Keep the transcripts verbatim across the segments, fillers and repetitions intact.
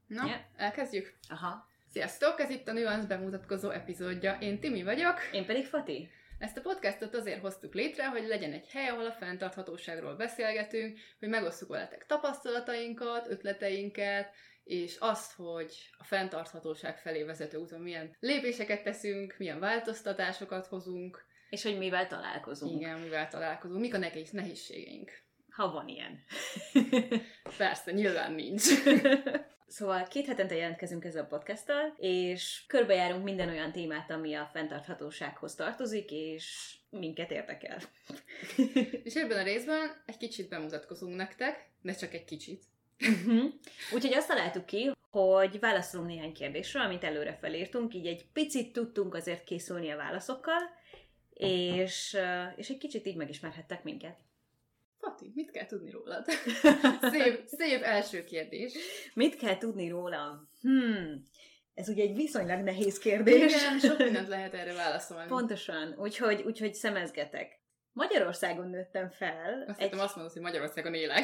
Na, yeah. Elkezdjük? Aha. Sziasztok, ez itt a Nuance bemutatkozó epizódja. Én Timi vagyok. Én pedig Fati. Ezt a podcastot azért hoztuk létre, hogy legyen egy hely, ahol a fenntarthatóságról beszélgetünk, hogy megosszuk veletek tapasztalatainkat, ötleteinket, és azt, hogy a fenntarthatóság felé vezető úton milyen lépéseket teszünk, milyen változtatásokat hozunk. És hogy mivel találkozunk. Igen, mivel találkozunk. Mik a nehéz, nehézségeink. Ha van ilyen. Persze, nyilván nincs. Szóval két hetente jelentkezünk ezzel a podcasttal, és körbejárunk minden olyan témát, ami a fenntarthatósághoz tartozik, és minket érdekel. És ebben a részben egy kicsit bemutatkozunk nektek, de csak egy kicsit. Uh-huh. Úgyhogy azt találtuk ki, hogy válaszolunk néhány kérdésre, amit előre felírtunk, így egy picit tudtunk azért készülni a válaszokkal, és, és egy kicsit így megismerhettek minket. Fati, mit kell tudni rólad? szép, szép első kérdés. Mit kell tudni rólam? Hmm, ez ugye egy viszonylag nehéz kérdés. Igen, sok mindent lehet erre válaszolni. Pontosan, úgyhogy, úgyhogy szemezgetek. Magyarországon nőttem fel. Azt hittem egy... azt mondod, hogy Magyarországon élek.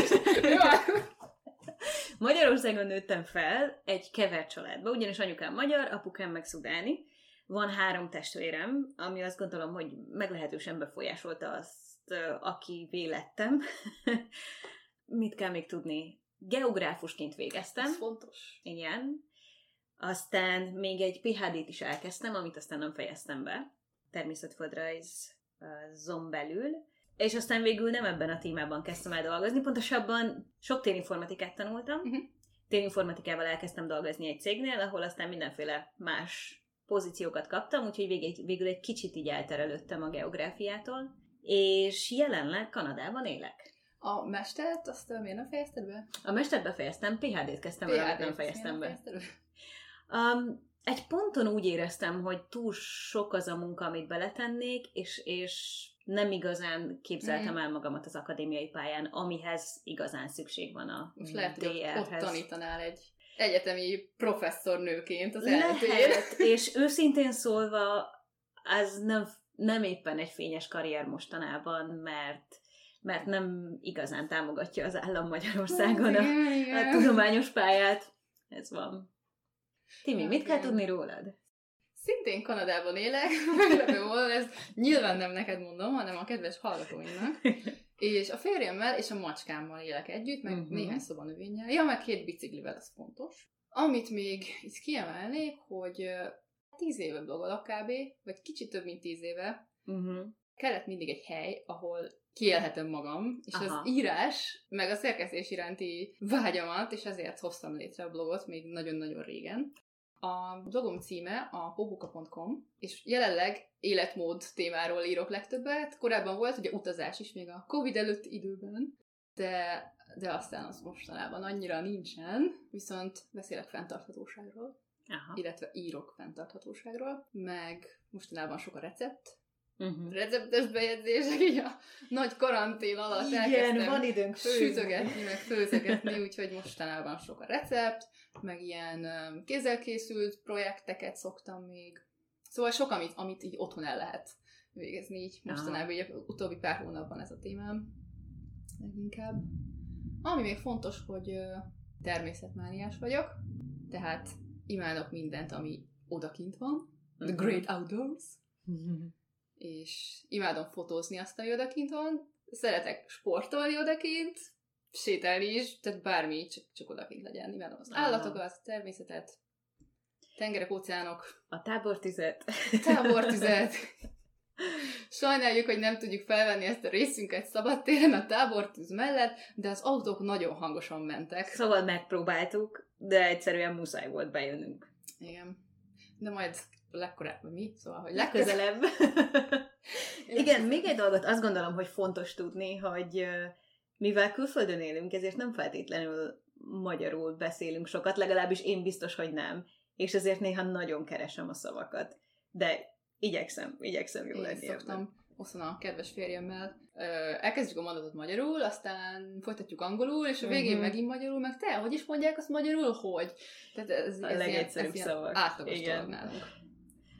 Magyarországon nőttem fel egy kevert családba, ugyanis anyukám magyar, apukám meg szudáni. Van három testvérem, ami azt gondolom, hogy meglehetősen befolyásolta azt, aki vélettem. Mit kell még tudni? Geográfusként végeztem. Ez fontos. Igen. Aztán még egy pé há dét is elkezdtem, amit aztán nem fejeztem be. Természetföldrajz zon belül. És aztán végül nem ebben a témában kezdtem el dolgozni, pontosabban sok térinformatikát tanultam. Uh-huh. Térinformatikával elkezdtem dolgozni egy cégnél, ahol aztán mindenféle más pozíciókat kaptam, úgyhogy végül, végül egy kicsit így elterelődtem a geográfiától, és jelenleg Kanadában élek. A mestert, azt miért nem fejezted be? A mestert befejeztem, pé há dét kezdtem el, nem fejeztem be. be? Um, egy ponton úgy éreztem, hogy túl sok az a munka, amit beletennék, és, és nem igazán képzeltem mm. el magamat az akadémiai pályán, amihez igazán szükség van a Most lehet, dé er-hez. Hogy ott tanítanál egy egyetemi professzornőként az lehet, és őszintén szólva, az nem, nem éppen egy fényes karrier mostanában, mert, mert nem igazán támogatja az állam Magyarországon a, a tudományos pályát. Ez van. Timi, ja, mit igen. kell tudni rólad? Szintén Kanadában élek, meglepő módon, ez nyilván nem neked mondom, hanem a kedves hallgatóinknak. És a férjemmel és a macskámmal élek együtt, meg uh-huh. néhány szobanövényel. Ja, meg két biciklivel, ez fontos. Amit még itt kiemelnék, hogy tíz éve blogolok kb., vagy kicsit több, mint tíz éve. Uh-huh. Kellett mindig egy hely, ahol kiélhetem magam, és Aha. az írás, meg a szerkesztés iránti vágyamat, és ezért hoztam létre a blogot még nagyon-nagyon régen. A blogom címe a pohuka pont com, és jelenleg életmód témáról írok legtöbbet. Korábban volt ugye utazás is még a Covid előtti időben, de, de aztán az mostanában annyira nincsen, viszont beszélek fenntarthatóságról, Aha. illetve írok fenntarthatóságról, meg mostanában sok a recept, Uh-huh. receptes bejegyzések, így a nagy karantén alatt Igen, elkezdtem van időnk sütögetni, meg főzegetni, úgyhogy mostanában sok a recept, meg ilyen um, kézzelkészült projekteket szoktam még. Szóval sok, amit, amit így otthon el lehet végezni, így mostanában, így utóbbi pár hónapban ez a témám leginkább. Ami még fontos, hogy uh, természetmániás vagyok, tehát imádok mindent, ami odakint van, the great outdoors, uh-huh. és imádom fotózni azt, ami odakint van, szeretek sportolni odakint, sétálni is, tehát bármi, csak, csak odakint legyen. Imádom az állatokat, a természetet, tengerek, óceánok. A tábortüzet. Tábortüzet. Sajnáljuk, hogy nem tudjuk felvenni ezt a részünket szabadtéren a tábortűz mellett, de az autók nagyon hangosan mentek. Szóval megpróbáltuk, de egyszerűen muszáj volt bejönnünk. Igen. De majd legkorábban mi? Szóval, hogy legközelebb. Igen, még egy dolgot azt gondolom, hogy fontos tudni, hogy mivel külföldön élünk, ezért nem feltétlenül magyarul beszélünk sokat, legalábbis én biztos, hogy nem. És ezért néha nagyon keresem a szavakat. De igyekszem, igyekszem jól lenni. Én szoktam osztan a kedves férjemmel. Elkezdjük a mondatot magyarul, aztán folytatjuk angolul, és a végén uh-huh. megint magyarul, meg te, hogy is mondják azt magyarul, hogy? Tehát ez, a ez legegyszerűbb ilyen, szavak. Átlagos dolog nálunk.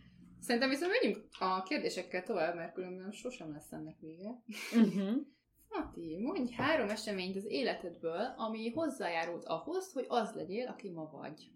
Szerintem viszont menjünk a kérdésekkel tovább, mert különben sosem lesz ennek vége. Uh-huh. Mati, mondj három eseményt az életedből, ami hozzájárult ahhoz, hogy az legyél, aki ma vagy.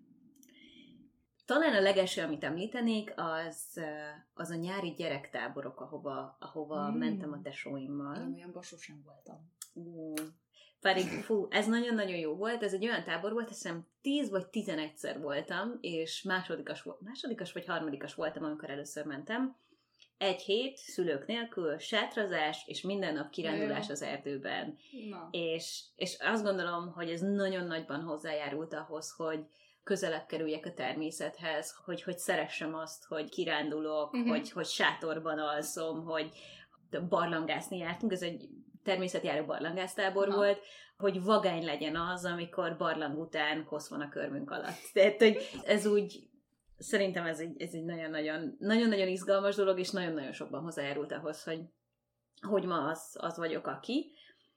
Talán a legelső, amit említenék, az, az a nyári gyerektáborok, ahova, ahova mm. mentem a tesóimmal. Én olyan basósan voltam. Uh, pedig, fú, ez nagyon-nagyon jó volt. Ez egy olyan tábor volt, azt hiszem tíz vagy tizenegyszer voltam, és másodikas, másodikas vagy harmadikas voltam, amikor először mentem. Egy hét, szülők nélkül, sátrazás, és minden nap kirándulás az erdőben. És, és azt gondolom, hogy ez nagyon nagyban hozzájárult ahhoz, hogy közelebb kerüljek a természethez, hogy, hogy szeressem azt, hogy kirándulok, uh-huh. hogy, hogy sátorban alszom, hogy barlangászni jártunk, ez egy természetjáró barlangásztábor volt, hogy vagány legyen az, amikor barlang után kosz van a körmünk alatt. Tehát, hogy ez úgy, szerintem ez egy, ez egy nagyon-nagyon, nagyon-nagyon izgalmas dolog, és nagyon-nagyon sokban hozzájárult ahhoz, hogy, hogy ma az, az vagyok, aki.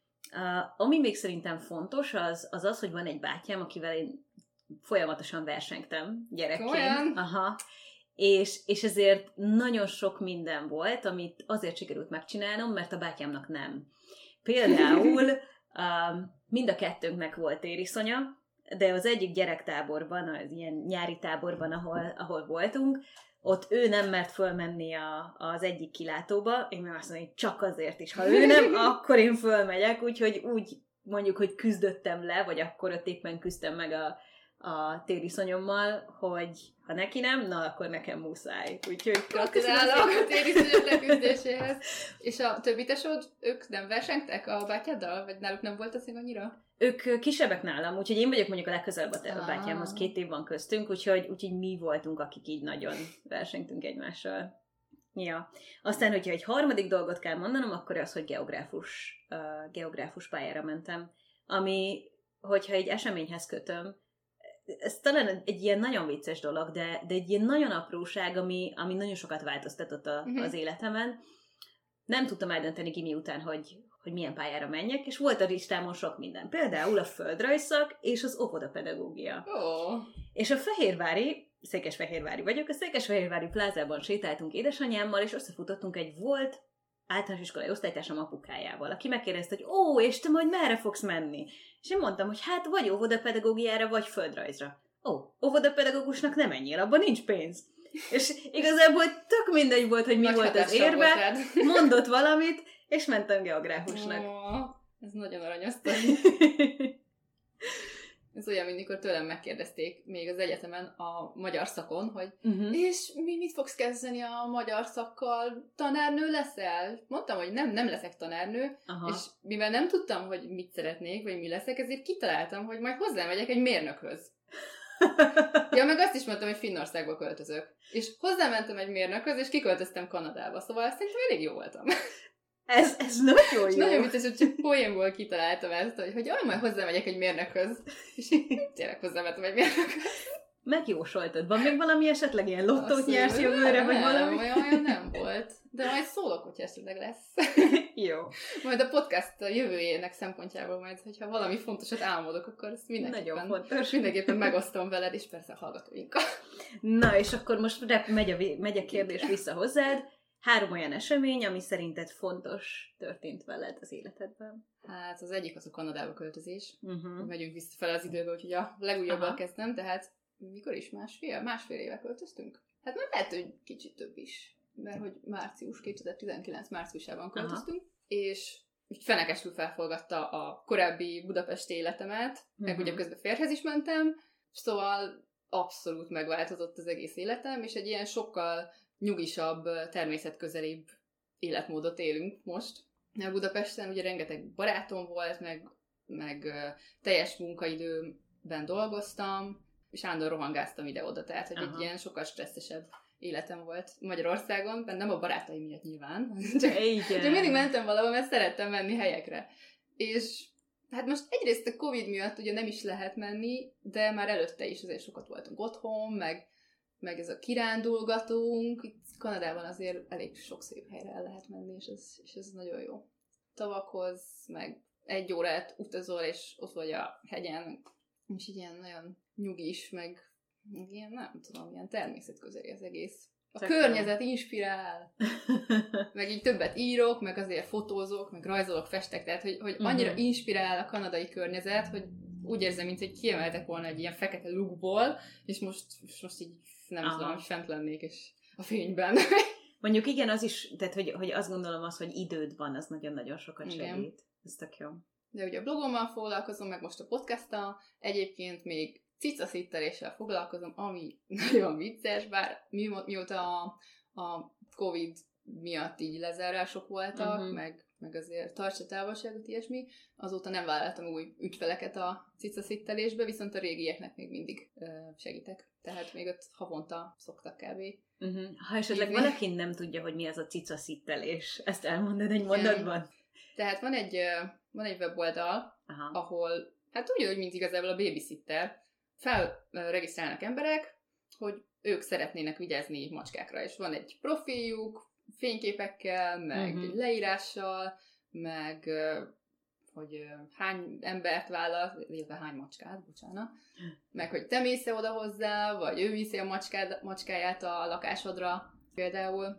Uh, ami még szerintem fontos, az, az az, hogy van egy bátyám, akivel én folyamatosan versengtem gyerekként. Olyan? Aha. És, és ezért nagyon sok minden volt, amit azért sikerült megcsinálnom, mert a bátyámnak nem. Például um, mind a kettőnknek volt tériszonya, de az egyik gyerektáborban, az ilyen nyári táborban, ahol, ahol voltunk, ott ő nem mert fölmenni a, az egyik kilátóba, én meg azt mondom, hogy csak azért is, ha ő nem, akkor én fölmegyek, úgyhogy úgy mondjuk, hogy küzdöttem le, vagy akkor ott éppen küzdtem meg a a tériszonyommal, hogy ha neki nem, na akkor nekem muszáj. Úgyhogy gratulálok a tériszonyod leküzdéséhez. És a többi tesód, ők nem versengtek a bátyáddal? Vagy náluk nem volt az annyira? Ők kisebbek nálam, úgyhogy én vagyok mondjuk a legközelebb a bátyámhoz, két év van köztünk, úgyhogy, úgyhogy mi voltunk, akik így nagyon versengtünk egymással. Ja. Aztán, hogyha egy harmadik dolgot kell mondanom, akkor az, hogy geográfus, uh, geográfus pályára mentem, ami, hogyha egy eseményhez kötöm, ez talán egy ilyen nagyon vicces dolog, de, de egy ilyen nagyon apróság, ami, ami nagyon sokat változtatott a, uh-huh. az életemen. Nem tudtam eldönteni ki miután, hogy, hogy milyen pályára menjek, és volt a listámon sok minden. Például a földrajzszak és az óvodapedagógia. Oh. És a fehérvári, székesfehérvári vagyok, a székesfehérvári plázában sétáltunk édesanyámmal, és összefutottunk egy volt általános iskolai osztálytársam apukájával, aki megkérdezte, hogy ó, és te majd merre fogsz menni? És én mondtam, hogy hát vagy óvodapedagógiára, vagy földrajzra. Ó, óvodapedagógusnak nem menjél, abban nincs pénz. És igazából tök mindegy volt, hogy mi nagy volt az érve, mondott valamit, és mentem geográfusnak. Oh, ez nagyon aranyos. Ez olyan, mint mikor tőlem megkérdezték még az egyetemen a magyar szakon, hogy uh-huh. és mi mit fogsz kezdeni a magyar szakkal? Tanárnő leszel? Mondtam, hogy nem, nem leszek tanárnő, aha. és mivel nem tudtam, hogy mit szeretnék, vagy mi leszek, ezért kitaláltam, hogy majd hozzámegyek egy mérnökhöz. Ja, meg azt is mondtam, hogy Finnországba költözök. És hozzámentem egy mérnökhöz, és kiköltöztem Kanadába, szóval szerintem elég jó voltam. Ez, ez nagyon jó. Nagyon vicces, hogy csak poénból kitaláltam ezt, hogy, hogy aj, majd hozzámegyek egy mérnökhöz. És én tényleg hozzámentem egy mérnökhöz. Megjósoltad. Van még valami esetleg ilyen lottót nyersz jövőre, vagy valami? Nem, olyan nem volt. De majd szólok, hogyha esetleg lesz. Jó. Majd a podcast a jövőjének szempontjából majd, hogyha valami fontosat álmodok, akkor ezt mindenképpen, mindenképpen megosztom veled, és persze a hallgatóinkkal. Na, és akkor most megy a, megy a kérdés vissza hozzád. Három olyan esemény, ami szerinted fontos történt veled az életedben? Hát az egyik az a Kanadába költözés. Uh-huh. Megyünk vissza fel az időbe, úgyhogy a legújabbal kezdtem, tehát mikor is? Másfél? Másfél éve költöztünk? Hát már lehet, hogy kicsit több is, mert hogy március, kétezer-tizenkilenc márciusában költöztünk, aha. és fenekesül felforgatta a korábbi budapesti életemet, uh-huh. meg ugye közben férjhez is mentem, szóval abszolút megváltozott az egész életem, és egy ilyen sokkal nyugisabb, természetközelibb életmódot élünk most. A Budapesten ugye rengeteg barátom volt, meg, meg teljes munkaidőben dolgoztam, és állandóan rohangáztam ide-oda, tehát hogy aha. egy ilyen sokkal stresszesebb életem volt Magyarországon, nem a barátaim miatt nyilván, csak, csak mindig mentem valahol, mert szerettem menni helyekre. És hát most egyrészt a Covid miatt ugye nem is lehet menni, de már előtte is azért sokat voltunk otthon, meg meg ez a kirándulgatunk. Itt Kanadában azért elég sok szép helyre el lehet menni, és ez, és ez nagyon jó. Tavakhoz, meg egy órát utazol, és ott vagy a hegyen, és így ilyen nagyon nyugis, meg, meg ilyen, nem tudom, ilyen természetközeli az egész. A Csak környezet nem. Inspirál. Meg így többet írok, meg azért fotózok, meg rajzolok, festek, tehát hogy, hogy annyira uh-huh. inspirál a kanadai környezet, hogy úgy érzem, mint hogy kiemeltek volna egy ilyen fekete lukból, és most, most így nem Aha. tudom, fent lennék és a fényben. Mondjuk igen, az is, tehát hogy, hogy azt gondolom az, hogy időd van, az nagyon-nagyon sokat igen. segít. Ez tök jó. De ugye a blogommal foglalkozom, meg most a podcasttal, egyébként még cicaszitteléssel foglalkozom, ami nagyon vicces, bár mi, mióta a, a Covid miatt így lezárások voltak, uh-huh. meg, meg azért tartsa távolságot, ilyesmi, azóta nem vállaltam új ügyfeleket a cicaszittelésbe, viszont a régieknek még mindig uh, segítek. Tehát még ott havonta szoktak kb. Uh-huh. Ha esetleg Hívni. Valaki nem tudja, hogy mi az a cicaszittelés, ezt elmondod egy mondatban? Tehát van egy, van egy weboldal, Aha. ahol, hát úgy, mint igazából a babysitter, felregisztrálnak emberek, hogy ők szeretnének vigyázni macskákra, és van egy profiljuk, fényképekkel, meg uh-huh. egy leírással, meg hogy hány embert vállal, illetve hány macskát, bocsánat, meg hogy te mész oda hozzá, vagy ő viszi a macskád, macskáját a lakásodra például,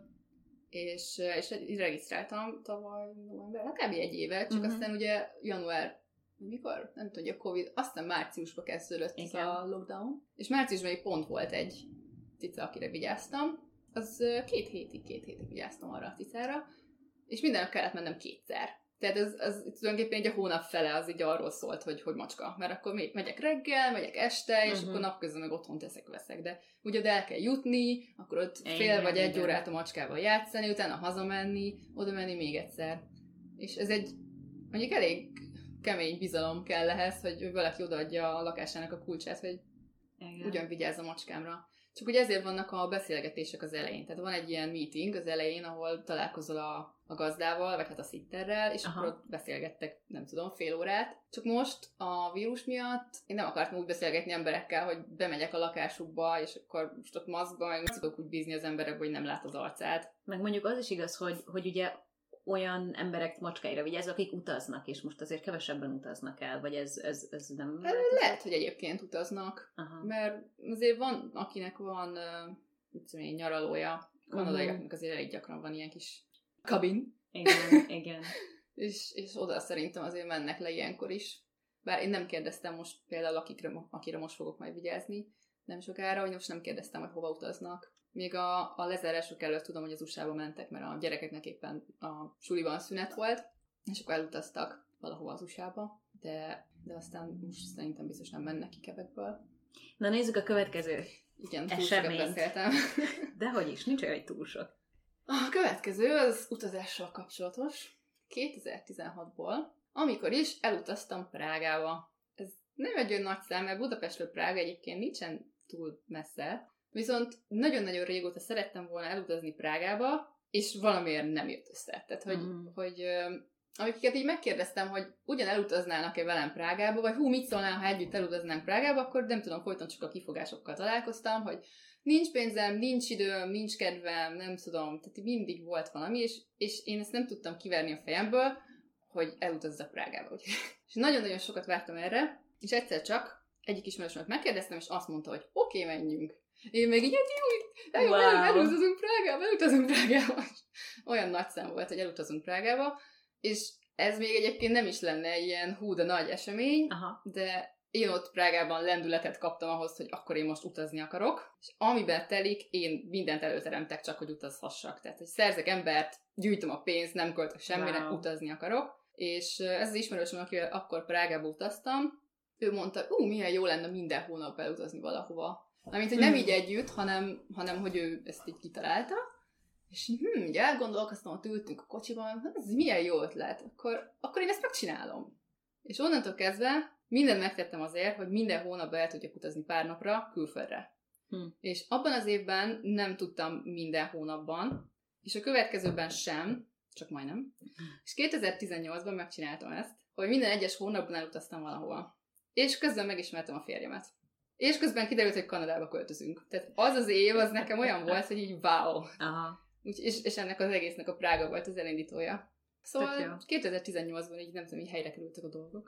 és, és regisztráltam tavaly november, kb. Egy éve, csak uh-huh. aztán ugye január, mikor? Nem tudja, Covid, aztán márciusban kezdődött ez a lockdown, és márciusban egy pont volt egy cica, akire vigyáztam, az két hétig, két hétig vigyáztam arra a cicára, és minden nap kellett mennem kétszer. Tehát ez, ez tulajdonképpen egy a hónap fele az így arról szólt, hogy, hogy macska. Mert akkor még megyek reggel, megyek este, és uh-huh. akkor napközben meg otthon teszek-veszek. De ugye oda el kell jutni, akkor ott fél igen, vagy egy igen. órát a macskával játszani, utána hazamenni, oda menni még egyszer. És ez egy mondjuk elég kemény bizalom kell ehhez, hogy valaki odaadja a lakásának a kulcsát, hogy igen. ugyan vigyázz a macskámra. Csak ugye ezért vannak a beszélgetések az elején. Tehát van egy ilyen meeting az elején, ahol találkozol a, a gazdával, vagy hát a szitterrel, és Aha. akkor ott beszélgettek, nem tudom, fél órát. Csak most a vírus miatt én nem akartam úgy beszélgetni emberekkel, hogy bemegyek a lakásukba, és akkor most ott maszkba, meg nem tudok úgy bízni az emberekbe, hogy nem lát az arcát. Meg mondjuk az is igaz, hogy, hogy ugye olyan emberek macskáira vigyázz, akik utaznak, és most azért kevesebben utaznak el, vagy ez, ez, ez nem... Lehet, lehet, hogy egyébként utaznak, Aha. mert azért van, akinek van, mit tudom én, nyaralója, kanadaiaknak azért elég gyakran van ilyen kis kabin. Igen, igen. és, és oda szerintem azért mennek le ilyenkor is. Bár én nem kérdeztem most például, akikre, akire most fogok majd vigyázni, nem sokára, hogy most nem kérdeztem, hogy hova utaznak. Még a, a lezárások előtt tudom, hogy az u es á-ba mentek, mert a gyerekeknek éppen a suliban szünet volt, és akkor elutaztak valahova az u es á-ba, de, de aztán most szerintem biztos nem mennek ki Quebecből. Na nézzük a következő Igen, túl sokat beszéltem. Dehogy is, nincs olyan, hogy túl sok. A következő az utazással kapcsolatos, kétezer-tizenhatból, amikor is elutaztam Prágába. Ez nem egy olyan nagy szám, mert Budapestről Prága egyébként nincsen túl messze, viszont nagyon-nagyon régóta szerettem volna elutazni Prágába, és valamiért nem jött össze. Tehát, hogy, mm. hogy amiket így megkérdeztem, hogy ugyan elutaznának-e velem Prágába, vagy hú, mit szólnál, ha együtt elutaznánk Prágába, akkor nem tudom, folyton csak a kifogásokkal találkoztam, hogy nincs pénzem, nincs időm, nincs kedvem, nem tudom, tehát mindig volt valami, és, és én ezt nem tudtam kiverni a fejemből, hogy elutazzak Prágába. És nagyon-nagyon sokat vártam erre, és egyszer csak egyik ismerősömet megkérdeztem, és azt mondta, hogy oké, okay, menjünk. Én meg így, hogy wow. elutazunk Prágába, elutazunk Prágába. Olyan nagy szám volt, hogy elutazunk Prágába, és ez még egyébként nem is lenne ilyen hú, de nagy esemény, Aha. de én ott Prágában lendületet kaptam ahhoz, hogy akkor én most utazni akarok, és amiben telik, én mindent előteremtek csak, hogy utazhassak. Tehát, hogy szerzek embert, gyűjtöm a pénzt, nem költök semmire, wow. utazni akarok. És ez az ismerősöm, akivel akkor Prágába utaztam, ő mondta, ú, milyen jó lenne minden hónap elutazni valahova. Amint, hogy nem így együtt, hanem, hanem hogy ő ezt így kitalálta. És hm, ugye elgondolkoztam, ott ültünk a kocsiban, ez milyen jó ötlet, akkor, akkor én ezt megcsinálom. És onnantól kezdve mindent megtettem azért, hogy minden hónapban el tudjak utazni pár napra külföldre. Hm. És abban az évben nem tudtam minden hónapban, és a következőben sem, csak majdnem. És kétezer-tizennyolcban megcsináltam ezt, hogy minden egyes hónapban elutaztam valahova. És közben megismertem a férjemet. És közben kiderült, hogy Kanadába költözünk. Tehát az az év, az nekem olyan volt, hogy így wow. Aha. Úgy, és, és ennek az egésznek a Prága volt az elindítója. Szóval kétezer-tizennyolcban így nem tudom, így helyre kerültek a dolgok.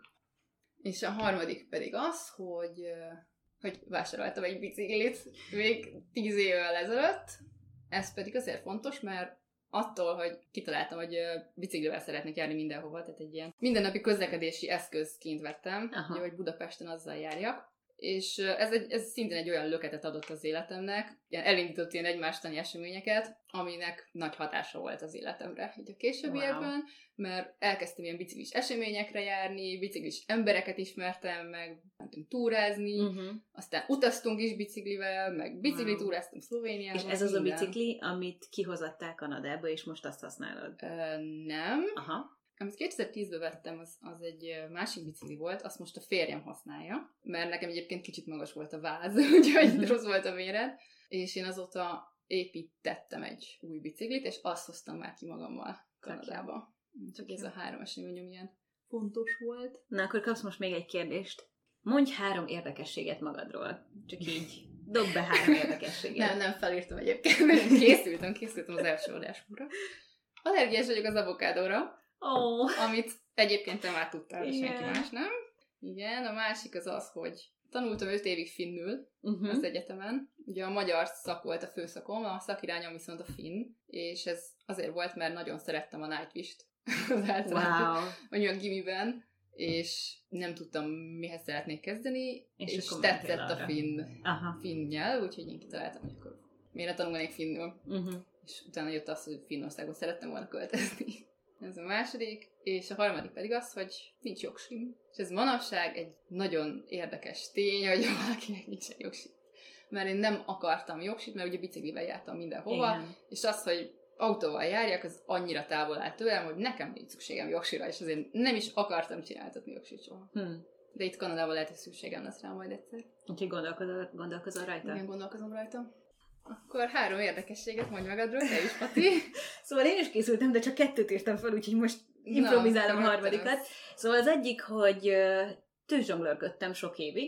És a harmadik pedig az, hogy, hogy vásároltam egy biciklit még tíz évvel ezelőtt. Ez pedig azért fontos, mert attól, hogy kitaláltam, hogy biciklivel szeretnék járni mindenhova, tehát egy ilyen mindennapi közlekedési eszközként vettem, ugye, hogy Budapesten azzal járjak, és ez, egy, ez szintén egy olyan löketet adott az életemnek, ilyen elindított ilyen egymástani eseményeket, aminek nagy hatása volt az életemre így a későbbiekben, wow. Mert elkezdtem ilyen biciklis eseményekre járni, biciklis embereket ismertem, meg mentünk túrázni, uh-huh. aztán utaztunk is biciklivel, meg bicikli túráztunk Szlovéniában. És ez az minden. A bicikli, amit kihozattál Kanadába, és most azt használod? Ö, nem. Aha. Amit kétezer-tízben vettem, az, az egy másik bicikli volt, azt most a férjem használja, mert nekem egyébként kicsit magas volt a váz, úgyhogy rossz volt a méret, és én azóta építettem egy új biciklit, és azt hoztam már ki magammal Kanadába. Csak ez a három eseményem ilyen fontos volt. Na, akkor kapsz most még egy kérdést. Mondj három érdekességet magadról. Csak így dob be három érdekességet. Nem, nem felírtam egyébként, mert készültem, készültem az első adásunkra. Allergiás vagyok az avokádóra, oh. amit egyébként te már tudtál, és senki más nem. Igen, a másik az az, hogy tanultam öt évig finnül uh-huh. az egyetemen. Ugye a magyar szak volt a főszakom, a szakirányom viszont a finn, és ez azért volt, mert nagyon szerettem a Nightwish-t az általában, wow. a gimiben, és nem tudtam, mihez szeretnék kezdeni, és, és tetszett a finn, finn nyelv, úgyhogy én kitaláltam, hogy akkor miért tanulnék finnül. Uh-huh. És utána jött az, hogy Finnországba szerettem volna költözni. Ez a második, és a harmadik pedig az, hogy nincs jogsim. És ez manapság egy nagyon érdekes tény, hogy valakinek nincsen jogsim. Mert én nem akartam jogsit, mert ugye biciklivel jártam mindenhova, igen. És az, hogy autóval járjak, az annyira távol áll tőlem, hogy nekem nincs szükségem jogsira, és azért nem is akartam csináltatni jogsit soha. Hmm. De itt Kanadában lehet, hogy szükségem lesz rá majd egyszer. Úgyhogy gondolkozol, gondolkozol rajta? Igen, gondolkozom rajta. Akkor három érdekességet mondj magadról, te is, Pati. Szóval én is készültem, de csak kettőt írtam fel, úgyhogy most improvizálom a harmadikat. Az. Szóval az egyik, hogy uh, tűzsonglőrködtem sok évig.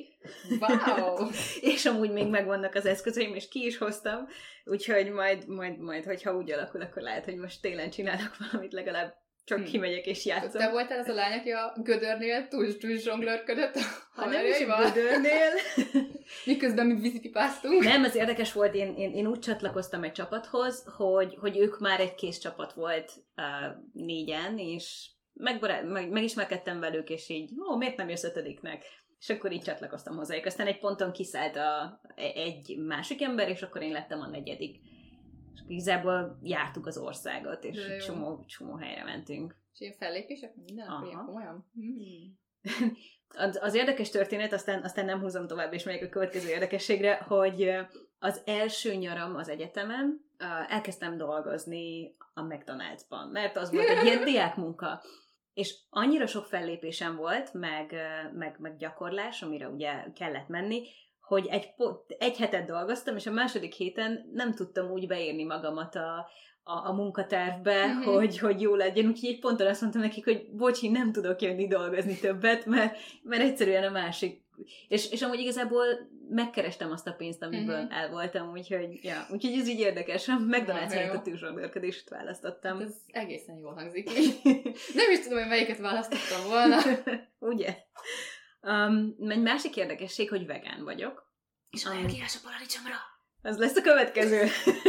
Wow! És amúgy még megvannak az eszközeim, és ki is hoztam, úgyhogy majd, majd, majd, hogyha úgy alakul, akkor lehet, hogy most télen csinálok valamit, legalább csak hmm. kimegyek és játszom. Te voltál az a lány, aki a gödörnél tűzsonglőrködött a ha nem is a gödörnél. Miközben mi vízipipáztunk. Nem, ez érdekes volt, én, én, én úgy csatlakoztam egy csapathoz, hogy, hogy ők már egy kész csapat volt uh, négyen, és megbará- meg, megismerkedtem velük, és így, ó, miért nem jössz ötödiknek? És akkor így csatlakoztam hozzájuk. Aztán egy ponton kiszállt a, egy másik ember, és akkor én lettem a negyedik. És igazából jártuk az országot, és csomó, csomó helyre mentünk. És ilyen fellépések? Minden akkor ilyen komolyan? Hmm. az, az érdekes történet, aztán, aztán nem húzom tovább, és megyek a következő érdekességre, hogy az első nyaram az egyetemen elkezdtem dolgozni a McDonald'sban, mert az volt egy ilyen diákmunka. És annyira sok fellépésem volt, meg, meg, meg gyakorlás, amire ugye kellett menni, hogy egy, egy hetet dolgoztam, és a második héten nem tudtam úgy beírni magamat a, a, a munkatervbe, mm-hmm. hogy, hogy jó legyen. Úgyhogy egy ponton azt mondtam nekik, hogy bocsi, nem tudok jönni dolgozni többet, mert, mert egyszerűen a másik. És, és amúgy igazából megkerestem azt a pénzt, amiből mm-hmm. el voltam, úgyhogy, ja, úgyhogy ez így érdekes. McDonald's helyett a tűzsonglőrködést választottam. Ez egészen jól hangzik. Nem is tudom, hogy melyiket választottam volna. Ugye? Um, egy másik érdekesség, hogy vegán vagyok. És allergiás a paradicsomra. Az lesz a következő.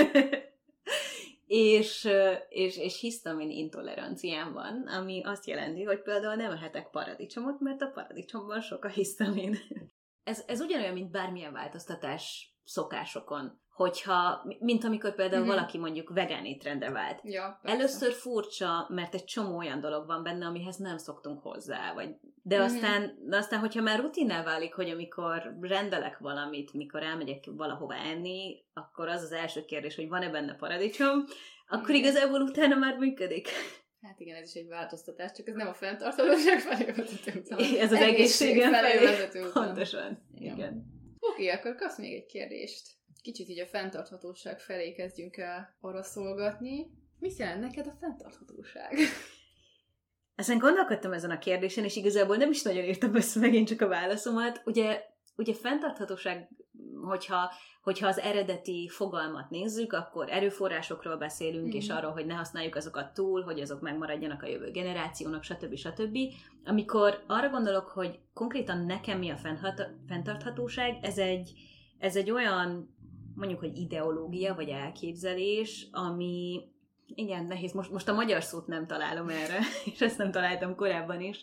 és, és, és hisztamin intoleranciám van, ami azt jelenti, hogy például nem ehetek paradicsomot, mert a paradicsomban sok a hisztamin. ez, ez ugyanolyan, mint bármilyen változtatás szokásokon. Hogyha, mint amikor például mm-hmm. valaki mondjuk vegán étrendre vált. Ja, először furcsa, mert egy csomó olyan dolog van benne, amihez nem szoktunk hozzá. Vagy... De, mm-hmm. aztán, de aztán, hogyha már rutinná válik, hogy amikor rendelek valamit, mikor elmegyek valahova enni, akkor az az első kérdés, hogy van-e benne paradicsom, akkor igazából utána már működik. Hát igen, ez is egy változtatás, csak ez nem a fenntarthatóság felé vezető után. Ez az egészségem felé, felé vezető után. Pontosan. Igen. igen. Oké, akkor kapsz még egy kérdést. Kicsit így a fenntarthatóság felé kezdjünk el arra szolgatni. Mit jelent neked a fenntarthatóság? Ezen gondolkodtam ezen a kérdésen, és igazából nem is nagyon írtam össze megint csak a válaszomat. Ugye, ugye fenntarthatóság, hogyha, hogyha az eredeti fogalmat nézzük, akkor erőforrásokról beszélünk, mm-hmm. és arról, hogy ne használjuk azokat túl, hogy azok megmaradjanak a jövő generációnak, stb. stb. Amikor arra gondolok, hogy konkrétan nekem mi a fenntarthatóság, ez egy, ez egy olyan mondjuk, hogy ideológia, vagy elképzelés, ami, igen, nehéz, most, most a magyar szót nem találom erre, és ezt nem találtam korábban is,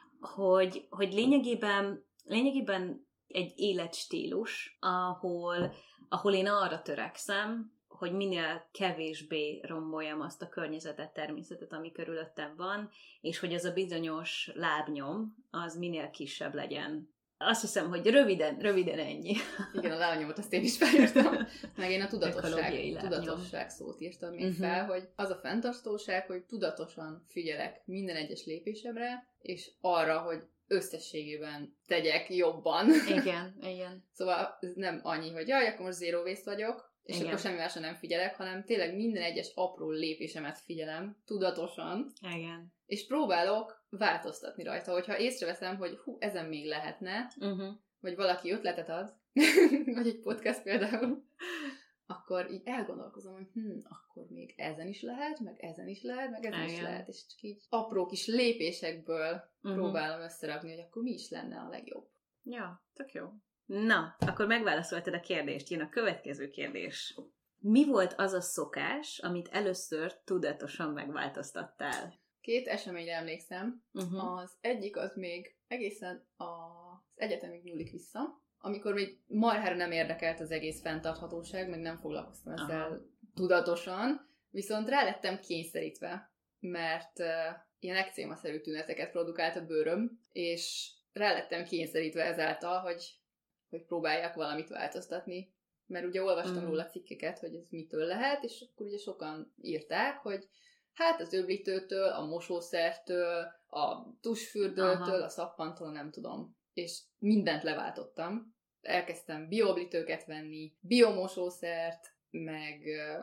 hogy, hogy lényegében, lényegében egy életstílus, ahol, ahol én arra törekszem, hogy minél kevésbé romboljam azt a környezetet, természetet, ami körülöttem van, és hogy az a bizonyos lábnyom, az minél kisebb legyen. Azt hiszem, hogy röviden, röviden ennyi. Igen, a lábnyomot azt én is felírtam. Meg én a tudatosság, tudatosság szót írtam még uh-huh. fel, hogy az a fenntartóság, hogy tudatosan figyelek minden egyes lépésemre, és arra, hogy összességében tegyek jobban. Igen, igen. Szóval ez nem annyi, hogy jaj, akkor most zero waste vagyok, és igen. akkor semmi másra nem figyelek, hanem tényleg minden egyes apró lépésemet figyelem, tudatosan. Igen. És próbálok változtatni rajta, hogyha észreveszem, hogy hú, ezen még lehetne, uh-huh. vagy valaki ötletet ad, vagy egy podcast például, akkor így elgondolkozom, hogy hm, akkor még ezen is lehet, meg ezen is lehet, meg ezen Igen. is lehet, és csak így apró kis lépésekből uh-huh. próbálom összerakni, hogy akkor mi is lenne a legjobb. Ja, tök jó. Na, akkor megválaszoltad a kérdést. Jön a következő kérdés. Mi volt az a szokás, amit először tudatosan megváltoztattál? Két eseményre emlékszem. Uh-huh. Az egyik az még egészen az egyetemig nyúlik vissza, amikor még marhára nem érdekelt az egész fenntarthatóság, meg nem foglalkoztam ezzel Aha. tudatosan, viszont rá lettem kényszerítve, mert uh, ilyen ekcémaszerű tüneteket produkált a bőröm, és rá lettem kényszerítve ezáltal, hogy hogy próbáljak valamit változtatni. Mert ugye olvastam mm. róla cikkeket, hogy ez mitől lehet, és akkor ugye sokan írták, hogy hát az öblítőtől, a mosószertől, a tusfürdőtől, Aha. a szappantól, nem tudom. És mindent leváltottam. Elkezdtem bioöblítőket venni, biomosószert, meg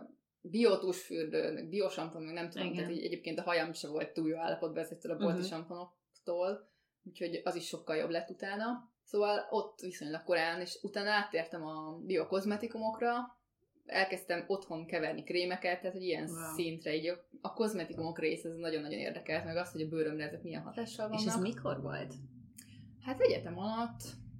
biotusfürdő, meg biosampon, meg nem tudom. Igen. Tehát egyébként a hajam se volt túl jó állapotban ezektől a bolti uh-huh. samponoktól, úgyhogy az is sokkal jobb lett utána. Szóval ott viszonylag korán, és utána áttértem a biokozmetikumokra, elkezdtem otthon keverni krémeket, tehát hogy ilyen wow. szintre, így a, a kozmetikumok része ez nagyon-nagyon érdekelt, meg azt, hogy a bőrömre ezek milyen hatással vannak. És ez mikor volt? Hát egyetem alatt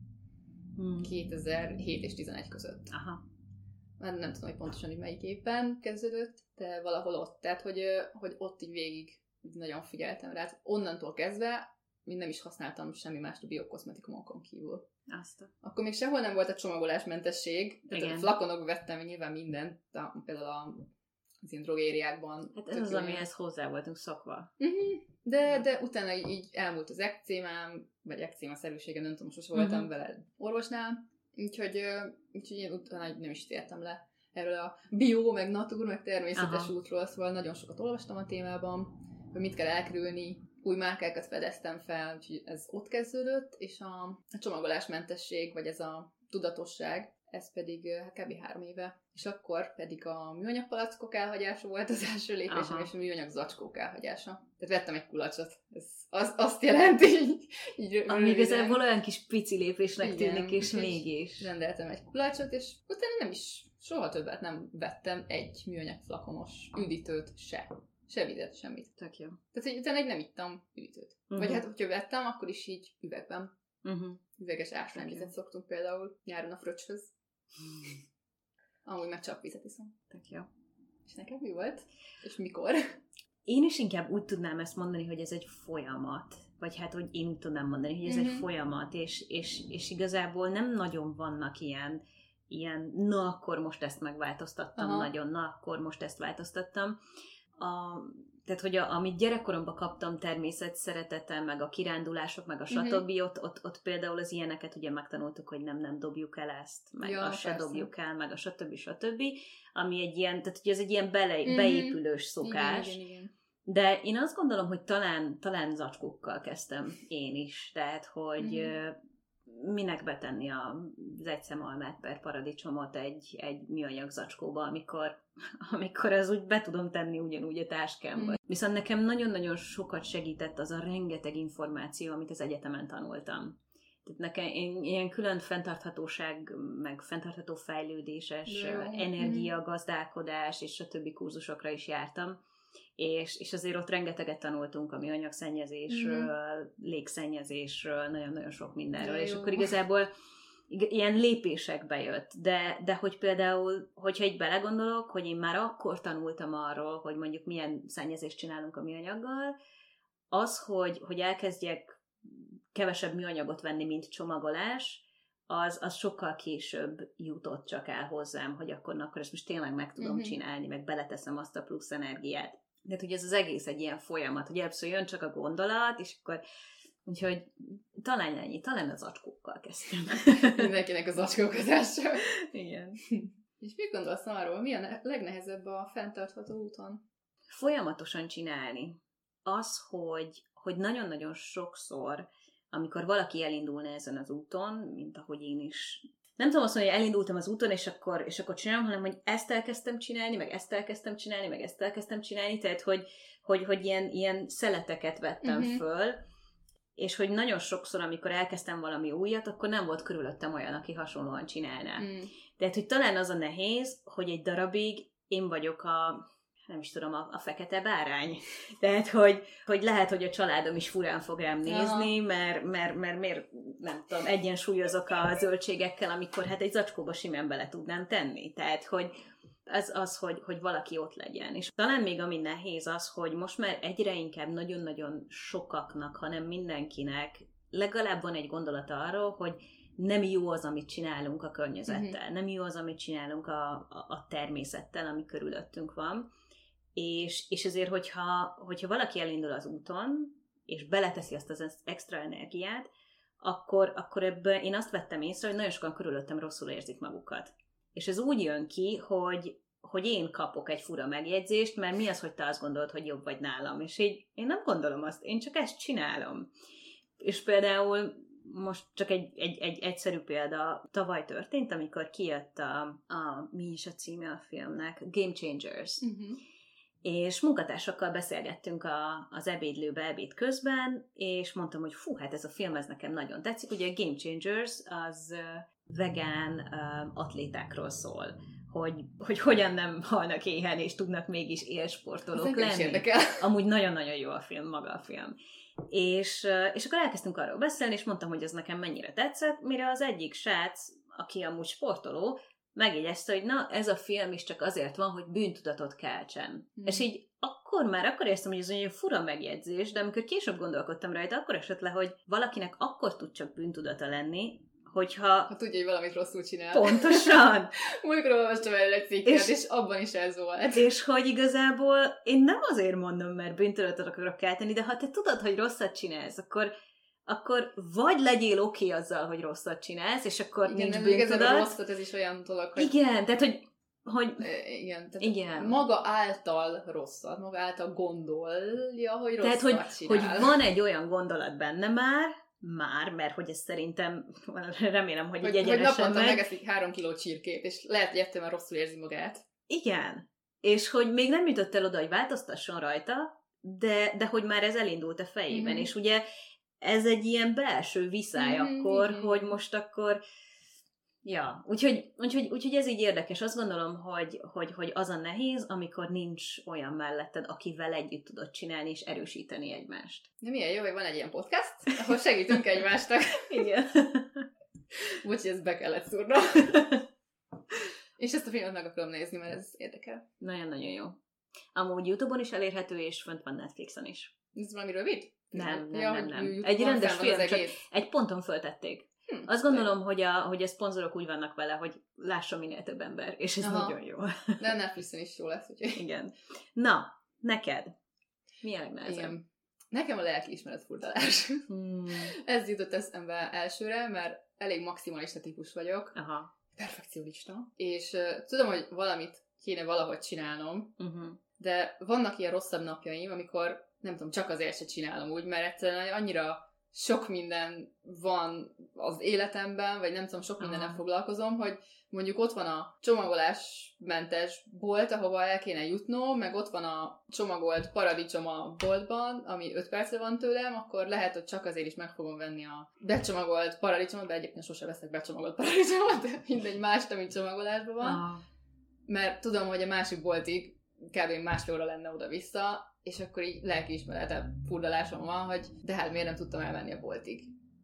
hmm. kétezer-hét és tizenegy között. Aha. Már nem tudom, hogy pontosan, hogy melyik évben kezdődött, de valahol ott. Tehát, hogy, hogy ott így végig nagyon figyeltem rá. Tehát onnantól kezdve még nem is használtam semmi mást a biokozmetikumokon kívül. Azt. Akkor még sehol nem volt a csomagolásmentesség, tehát Igen. a flakonok vettem nyilván mindent, például a, az ilyen drogériákban. Hát ez az, jön. Amihez hozzá voltunk szokva. Uh-huh. De, de utána így, így elmúlt az ekcémám, vagy ekcémaszerűségem, nem tudom, most voltam uh-huh. vele orvosnál, úgyhogy, úgyhogy én utána nem is tértem le erről a bio, meg natur, meg természetes Aha. útról, szóval nagyon sokat olvastam a témában, hogy mit kell elkerülni, új márkákat fedeztem fel, úgyhogy ez ott kezdődött, és a, a csomagolásmentesség, vagy ez a tudatosság, ez pedig kb. három éve. És akkor pedig a műanyag palackok elhagyása volt az első lépésem, Aha. és a műanyag zacskók elhagyása. Tehát vettem egy kulacsot. Ez az, azt jelenti, így, így Ami igazából olyan kis pici lépésnek Igen, tűnik, és mégis. Rendeltem egy kulacsot, és utána nem is, soha többet nem vettem egy műanyag flakonos üdítőt se. Se vizet, semmit. Tök jó. Tehát, hogy utána egy nem ittam üdítőt. Uh-huh. Vagy hát, hogyha vettem, akkor is így üvegben. Uh-huh. Üveges ásványvizet szoktunk például nyáron a fröcshöz. Amúgy meg csapvizet iszom. Tök jó. És neked mi volt? És mikor? Én is inkább úgy tudnám ezt mondani, hogy ez egy folyamat. Vagy hát, hogy én úgy tudnám mondani, hogy ez uh-huh. egy folyamat, és, és, és igazából nem nagyon vannak ilyen, ilyen, na akkor most ezt megváltoztattam Aha. nagyon, na akkor most ezt változtattam. A, tehát, hogy a, amit gyerekkoromban kaptam természet szeretetem, meg a kirándulások, meg a stb. Uh-huh. Ott, ott, ott például az ilyeneket ugye megtanultuk, hogy nem, nem dobjuk el ezt, meg ja, azt se dobjuk el, meg a stb. stb. Ami egy ilyen, tehát ugye ez egy ilyen bele, uh-huh. beépülős szokás. Igen, igen, igen. De én azt gondolom, hogy talán, talán zacskókkal kezdtem én is. Tehát, hogy uh-huh. minek betenni az egyszem per paradicsomot egy, egy műanyag zacskóba, amikor, amikor az úgy be tudom tenni ugyanúgy a táskámba. Mm. Viszont nekem nagyon-nagyon sokat segített az a rengeteg információ, amit az egyetemen tanultam. Tehát nekem én ilyen külön fenntarthatóság, meg fenntartható fejlődéses, Jó. energiagazdálkodás és a többi kurzusokra is jártam. És, és azért ott rengeteget tanultunk a műanyagszennyezésről, mm. légszennyezésről, nagyon-nagyon sok mindenről. Jó. És akkor igazából ilyen lépésekbe jött, de, de hogy például, hogyha így belegondolok, hogy én már akkor tanultam arról, hogy mondjuk milyen szennyezést csinálunk a műanyaggal, az, hogy, hogy elkezdjek kevesebb műanyagot venni, mint csomagolás, az, az sokkal később jutott csak el hozzám, hogy akkor, akkor ezt most tényleg meg tudom uh-huh. csinálni, meg beleteszem azt a plusz energiát. De hogy ez az egész egy ilyen folyamat, hogy először jön csak a gondolat, és akkor úgyhogy talán ennyi, talán az zacskókkal kezdtem. Mindenkinek az zacskókozása. Igen. És mit gondolsz arról? Mi a legnehezebb a fenntartható úton? Folyamatosan csinálni. Az, hogy, hogy nagyon-nagyon sokszor, amikor valaki elindulna ezen az úton, mint ahogy én is, nem tudom azt mondani, hogy elindultam az úton, és akkor, és akkor csinálom, hanem hogy ezt elkezdtem csinálni, meg ezt elkezdtem csinálni, meg ezt elkezdtem csinálni, tehát hogy, hogy, hogy ilyen, ilyen szeleteket vettem uh-huh. föl, és hogy nagyon sokszor, amikor elkezdtem valami újat, akkor nem volt körülöttem olyan, aki hasonlóan csinálná. Mm. Tehát, hogy talán az a nehéz, hogy egy darabig én vagyok a, nem is tudom, a, a fekete bárány. Tehát, hogy, hogy lehet, hogy a családom is furán fog rám nézni, mert, mert, mert miért, nem tudom, egyensúlyozok a zöldségekkel, amikor hát egy zacskóba simán bele tudnám tenni. Tehát, hogy az az, hogy, hogy valaki ott legyen. És talán még ami nehéz az, hogy most már egyre inkább nagyon-nagyon sokaknak, hanem mindenkinek legalább van egy gondolata arról, hogy nem jó az, amit csinálunk a környezettel, uh-huh. nem jó az, amit csinálunk a, a, a természettel, ami körülöttünk van. És, és ezért, hogyha, hogyha valaki elindul az úton, és beleteszi azt az extra energiát, akkor, akkor ebből én azt vettem észre, hogy nagyon sokan körülöttem rosszul érzik magukat. És ez úgy jön ki, hogy, hogy én kapok egy fura megjegyzést, mert mi az, hogy te azt gondolod, hogy jobb vagy nálam. És így én nem gondolom azt, én csak ezt csinálom. És például most csak egy, egy, egy egyszerű példa, tavaly történt, amikor kijött a, a mi is a címe a filmnek, Game Changers. Uh-huh. És munkatársakkal beszélgettünk a, az ebédlőbe ebéd közben, és mondtam, hogy fú, hát ez a film, ez nekem nagyon tetszik. Ugye a Game Changers az vegán uh, atlétákról szól, hogy, hogy hogyan nem halnak éhen, és tudnak mégis élsportolók lenni. Amúgy nagyon-nagyon jó a film, maga a film. És, és akkor elkezdtünk arról beszélni, és mondtam, hogy ez nekem mennyire tetszett, mire az egyik srác, aki amúgy sportoló, megjegyezte, hogy na, ez a film is csak azért van, hogy bűntudatot keltsen. Mm. És így akkor már, akkor éreztem, hogy ez egy fura megjegyzés, de amikor később gondolkodtam rajta, akkor esett le, hogy valakinek akkor tud csak bűntudata lenni, hogyha... Ha tudja, hogy valamit rosszul csinál. Pontosan! Múltkor olvastam el egy cikket, és, és abban is ez volt. És hogy igazából én nem azért mondom, mert bűntudatot akarok kelteni, de ha te tudod, hogy rosszat csinálsz, akkor, akkor vagy legyél oké okay azzal, hogy rosszat csinálsz, és akkor igen, nincs bűntudat. Igen, nem rosszat, ez is olyan dolog, hogy... Igen, tehát, hogy... hogy... Igen, tehát igen. maga által rosszat, maga által gondolja, hogy rosszat tehát, hogy, csinál. hogy van egy olyan gondolat benne már, Már, mert hogy ez szerintem, remélem, hogy, hogy így egyenesen hogy naponta megeszik három kiló csirkét, és lehet, hogy ettől már rosszul érzi magát. Igen. És hogy még nem jutott el oda, hogy változtasson rajta, de, de hogy már ez elindult a fejében. Mm-hmm. És ugye ez egy ilyen belső viszály mm-hmm. akkor, hogy most akkor... Ja, úgyhogy, úgyhogy, úgyhogy ez így érdekes. Azt gondolom, hogy, hogy, hogy az a nehéz, amikor nincs olyan melletted, akivel együtt tudod csinálni és erősíteni egymást. De milyen jó, hogy van egy ilyen podcast, ahol segítünk egymásnak. Igen. Úgyhogy ezt be kellett szúrnom. És ezt a filmet meg akarom nézni, mert ez érdekel. Nagyon-nagyon jó. Amúgy YouTube-on is elérhető, és fönt van Netflixon is. Ez valami rövid? Nem, nem, ja, nem. nem. YouTube egy rendes film, csak egész. egy ponton föltették. Hm, Azt gondolom, hogy a, hogy a szponzorok úgy vannak vele, hogy lássa minél több ember, és ez Aha. nagyon jó. De Netflixen is jó lesz, úgyhogy... Igen. Na, neked? Mi a legnehezebb? Igen. Nekem a lelkiismeret furdalás. Hmm. Ez jutott eszembe elsőre, mert elég maximalista típus vagyok. Aha. Perfekcionista. És uh, tudom, hogy valamit kéne valahogy csinálnom, uh-huh. de vannak ilyen rosszabb napjaim, amikor nem tudom, csak azért se csinálom úgy, mert egyszerűen annyira sok minden van az életemben, vagy nem tudom, sok mindennel foglalkozom, hogy mondjuk ott van a csomagolásmentes bolt, ahova el kéne jutnom, meg ott van a csomagolt paradicsom a boltban, ami öt percre van tőlem, akkor lehet, hogy csak azért is meg fogom venni a becsomagolt paradicsomot, de egyébként sose veszek becsomagolt paradicsomot, de mindegy mást, ami csomagolásban van. Aha. Mert tudom, hogy a másik boltig kb. Másfél óra lenne oda-vissza, és akkor így lelkiismerete furdalásom van, hogy de hát miért nem tudtam elmenni a boltig.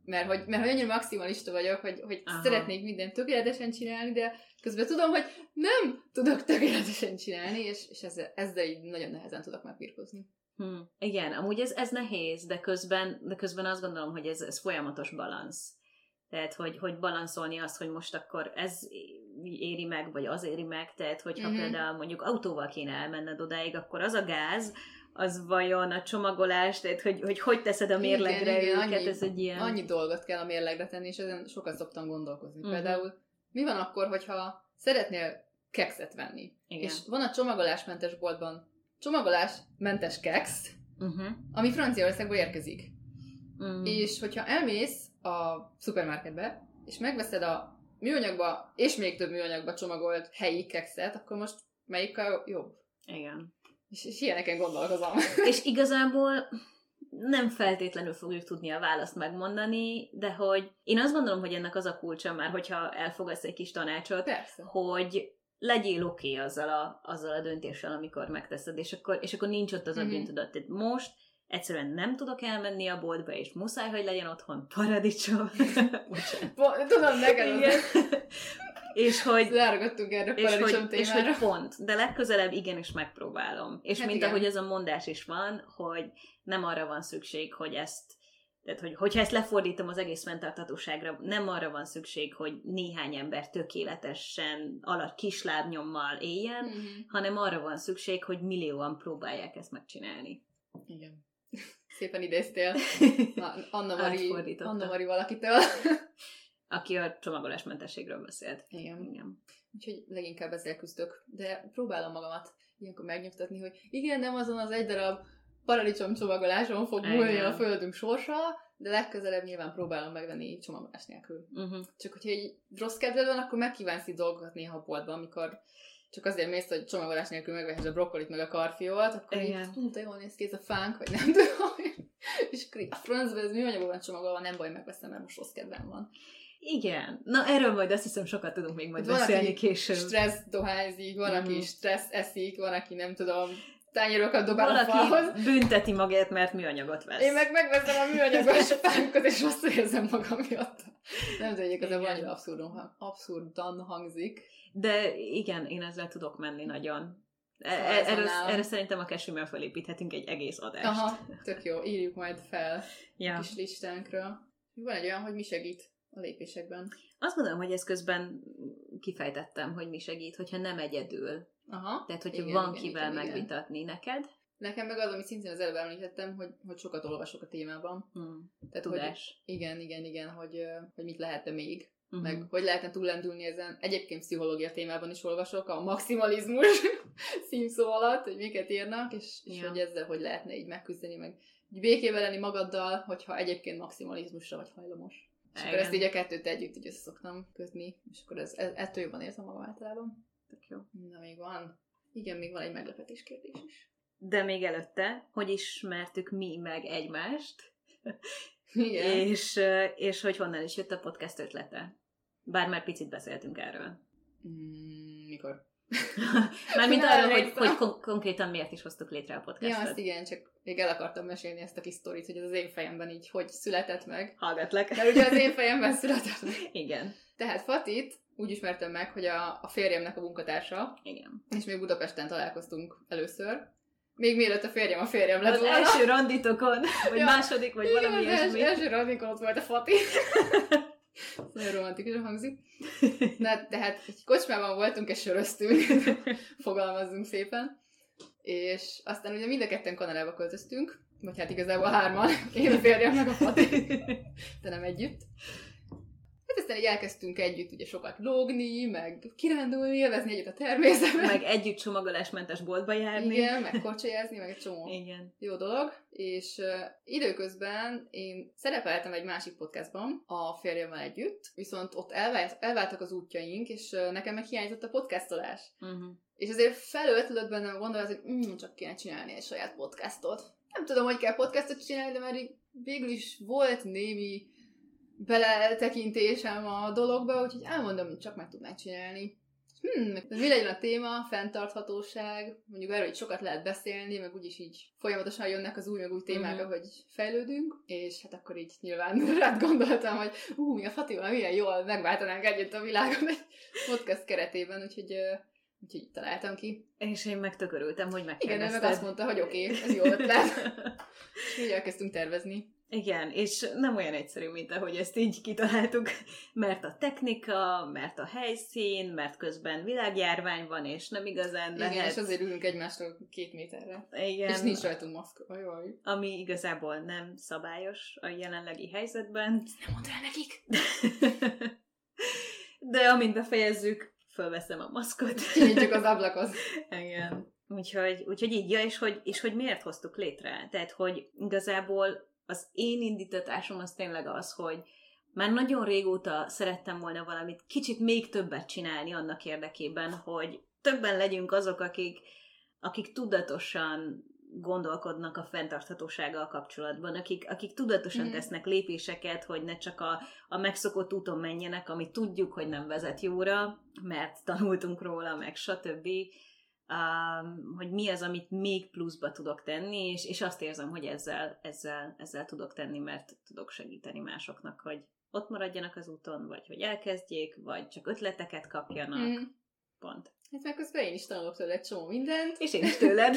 mert hogy, mert hogy annyira maximalista vagyok, hogy, hogy szeretnék mindent tökéletesen csinálni, de közben tudom, hogy nem tudok tökéletesen csinálni, és, és ezzel, ezzel így nagyon nehezen tudok megbirkózni. Hmm. Igen, amúgy ez, ez nehéz, de közben, de közben azt gondolom, hogy ez, ez folyamatos balansz. Tehát, hogy, hogy balanszolni azt, hogy most akkor ez éri meg, vagy az éri meg, tehát, hogyha mm-hmm. például mondjuk autóval kéne elmenned odáig, akkor az a gáz, az vajon a csomagolás, tehát, hogy hogy, hogy teszed a mérlegre igen, őket, annyi, ez egy ilyen... Annyi dolgot kell a mérlegre tenni, és ezen sokat szoktam gondolkozni. Mm-hmm. Például, mi van akkor, hogyha szeretnél kekszet venni, igen. és van a csomagolásmentes boltban csomagolásmentes keksz, uh-huh. ami Franciaországból érkezik. Uh-huh. És hogyha elmész a szupermarketbe, és megveszed a műanyagba, és még több műanyagba csomagolt helyi kekszet, akkor most melyik a jobb? Igen. És, és ilyeneken gondolkozom. És igazából nem feltétlenül fogjuk tudni a választ megmondani, de hogy én azt gondolom, hogy ennek az a kulcsa már, hogyha elfogadsz egy kis tanácsot, persze. hogy legyél oké okay azzal, a, azzal a döntéssel, amikor megteszed, és akkor, és akkor nincs ott az a mm-hmm. bűntudat. Tehát most egyszerűen nem tudok elmenni a boltba, és muszáj, hogy legyen otthon paradicsom. Tudom, neked az. És hogy... Lárgattunk erre a paradicsom témára. És hogy pont, de legközelebb igenis megpróbálom. És hát mint igen. ahogy ez a mondás is van, hogy nem arra van szükség, hogy ezt Tehát, hogy, hogyha ezt lefordítom az egész fenntarthatóságra, nem arra van szükség, hogy néhány ember tökéletesen alatt kislábnyommal éljen, mm-hmm. hanem arra van szükség, hogy millióan próbálják ezt megcsinálni. Igen. Szépen idéztél Anna Mari, Anna Mari valakitől. Aki a csomagolásmentességről beszélt. Igen. Igen. Úgyhogy leginkább ezzel küzdök. De próbálom magamat ilyenkor megnyugtatni, hogy igen, nem azon az egy darab paradicsom csomagoláson fog múlni a földünk sorsa, de legközelebb nyilván próbálom megvenni csomagolás nélkül. Uh-huh. Csak hogyha egy rossz kedved van, akkor megkívánsz így dolgokat néha a boltban, amikor csak azért mész, hogy csomagolás nélkül megvehess a brokkolit meg a karfiót, akkor igen. így, hú, te jól néz ki ez a fánk, vagy nem tudom. És a francban ez műanyagban van csomagolva, nem baj, megveszem, mert most rossz kedvem van. Igen. Na, erről majd azt hiszem sokat tudunk még majd van, beszélni később. Van, aki stressz dohányzik, van, uh-huh. aki stressz eszik, van, aki nem tudom, tányérokat dobál van, a falhoz. Aki bünteti magát, mert műanyagot vesz. Én meg megveszem a műanyagos fánkat, és rosszul érzem magam miatt. Nem tudom, hogy ez annyira abszurdan, abszurdan hangzik. De igen, én ezzel tudok menni nagyon. Szóval erre, erre szerintem a Cashmere felépíthetünk egy egész adást. Aha, tök jó, írjuk majd fel ja. a kis listánkra. Van egy olyan, hogy mi segít a lépésekben. Azt gondolom, hogy ezt közben kifejtettem, hogy mi segít, hogyha nem egyedül. Aha. Tehát, hogyha igen, van igen, kivel igen, megvitatni igen. neked. Nekem meg az, amit szintén az előbb említettem, hogy, hogy sokat olvasok a témában. Hmm. Tehát, Tudás. Hogy, igen, igen, igen, hogy, hogy mit lehetne még. Uh-huh. Meg hogy lehetne túllendülni ezen. Egyébként pszichológia témában is olvasok, a maximalizmus címszó alatt, hogy miket írnak, és, és ja. hogy ezzel hogy lehetne így megküzdeni, meg így békében lenni magaddal, hogyha egyébként maximalizmusra vagy hajlamos. És igen. akkor ezt így a kettőt együtt így össze szoktam kötni, és akkor ez, ettől jobban érzem magam általában. Tök jó. Na, még van. Igen, még van egy meglepetés kérdés is. De még előtte, hogy ismertük mi meg egymást, igen. és, és hogy honnan is jött a podcast ötlete. Bár már picit beszéltünk erről. Mm, mikor? Mármint arról, hogy, hogy kon- konkrétan miért is hoztuk létre a podcastot. Ja, azt igen, csak még el akartam mesélni ezt a kis sztorit, hogy ez az én fejemben így hogy született meg. Hallgatlak. De ugye az én fejemben született meg. Igen. Tehát Fatit úgy ismertem meg, hogy a, a férjemnek a munkatársa. Igen. És még Budapesten találkoztunk először. Még mielőtt a férjem a férjem lett volna. Az első randitokon, vagy ja, második, vagy igen, valami ilyesmi. Az első randikon ott volt a Fati. Nagyon romantikusan hangzik. Na, tehát egy kocsmában voltunk, és söröztünk, fogalmazzunk szépen. És aztán ugye mind a ketten Kanadába költöztünk, vagy hát igazából hárman, én a férjem meg a Fati, de nem együtt. Hát aztán így elkezdtünk együtt ugye sokat lógni, meg kirándulni, élvezni együtt a természetben. Meg együtt csomagolásmentes boltba járni. Igen, meg kocsajázni, meg egy csomó igen. jó dolog. És uh, időközben én szerepeltem egy másik podcastban a férjemmel együtt, viszont ott elvált, elváltak az útjaink, és uh, nekem meg hiányzott a podcastolás. Uh-huh. És azért felöltlött bennem gondolat, hogy mm, csak kéne csinálni egy saját podcastot. Nem tudom, hogy kell podcastot csinálni, de már végül is volt némi beletekintésem a dologba, úgyhogy elmondom, hogy csak meg tudnánk csinálni. És Hmm, mi legyen a téma? Fenntarthatóság. Mondjuk erről így sokat lehet beszélni, meg úgyis így folyamatosan jönnek az új, meg új témák, uh-huh. ahogy fejlődünk, és hát akkor így nyilván rád gondoltam, hogy ú, mi a Fatima, milyen jól megváltanánk együtt a világon egy podcast keretében, úgyhogy, úgyhogy találtam ki. És én meg tök örültem, hogy megkérdezted. Igen, ő meg azt mondta, hogy oké, okay, ez jó ötlet. És így elkezdtünk tervezni. Igen, és nem olyan egyszerű, mint ahogy ezt így kitaláltuk, mert a technika, mert a helyszín, mert közben világjárvány van, és nem igazán lehet. Igen, és azért ülünk egymástól két méterre. Igen. És nincs rajtunk maszk. Ajaj. Ami igazából nem szabályos a jelenlegi helyzetben. Ezt nem mondd rá nekik! De amint befejezzük, fölveszem a maszkot. Kinyitjuk az ablakot. Igen. Úgyhogy, úgyhogy így, ja, és hogy, és hogy miért hoztuk létre? Tehát, hogy igazából az én indítatásom az tényleg az, hogy már nagyon régóta szerettem volna valamit kicsit még többet csinálni annak érdekében, hogy többen legyünk azok, akik, akik tudatosan gondolkodnak a fenntarthatósággal kapcsolatban, akik, akik tudatosan mm. tesznek lépéseket, hogy ne csak a, a megszokott úton menjenek, amit tudjuk, hogy nem vezet jóra, mert tanultunk róla, meg stb., Um, hogy mi az, amit még pluszba tudok tenni, és, és azt érzem, hogy ezzel, ezzel, ezzel tudok tenni, mert tudok segíteni másoknak, hogy ott maradjanak az úton, vagy hogy elkezdjék, vagy csak ötleteket kapjanak. Mm. Pont. Hát meg közben én is tanulok tőle egy csomó mindent. És én is tőled.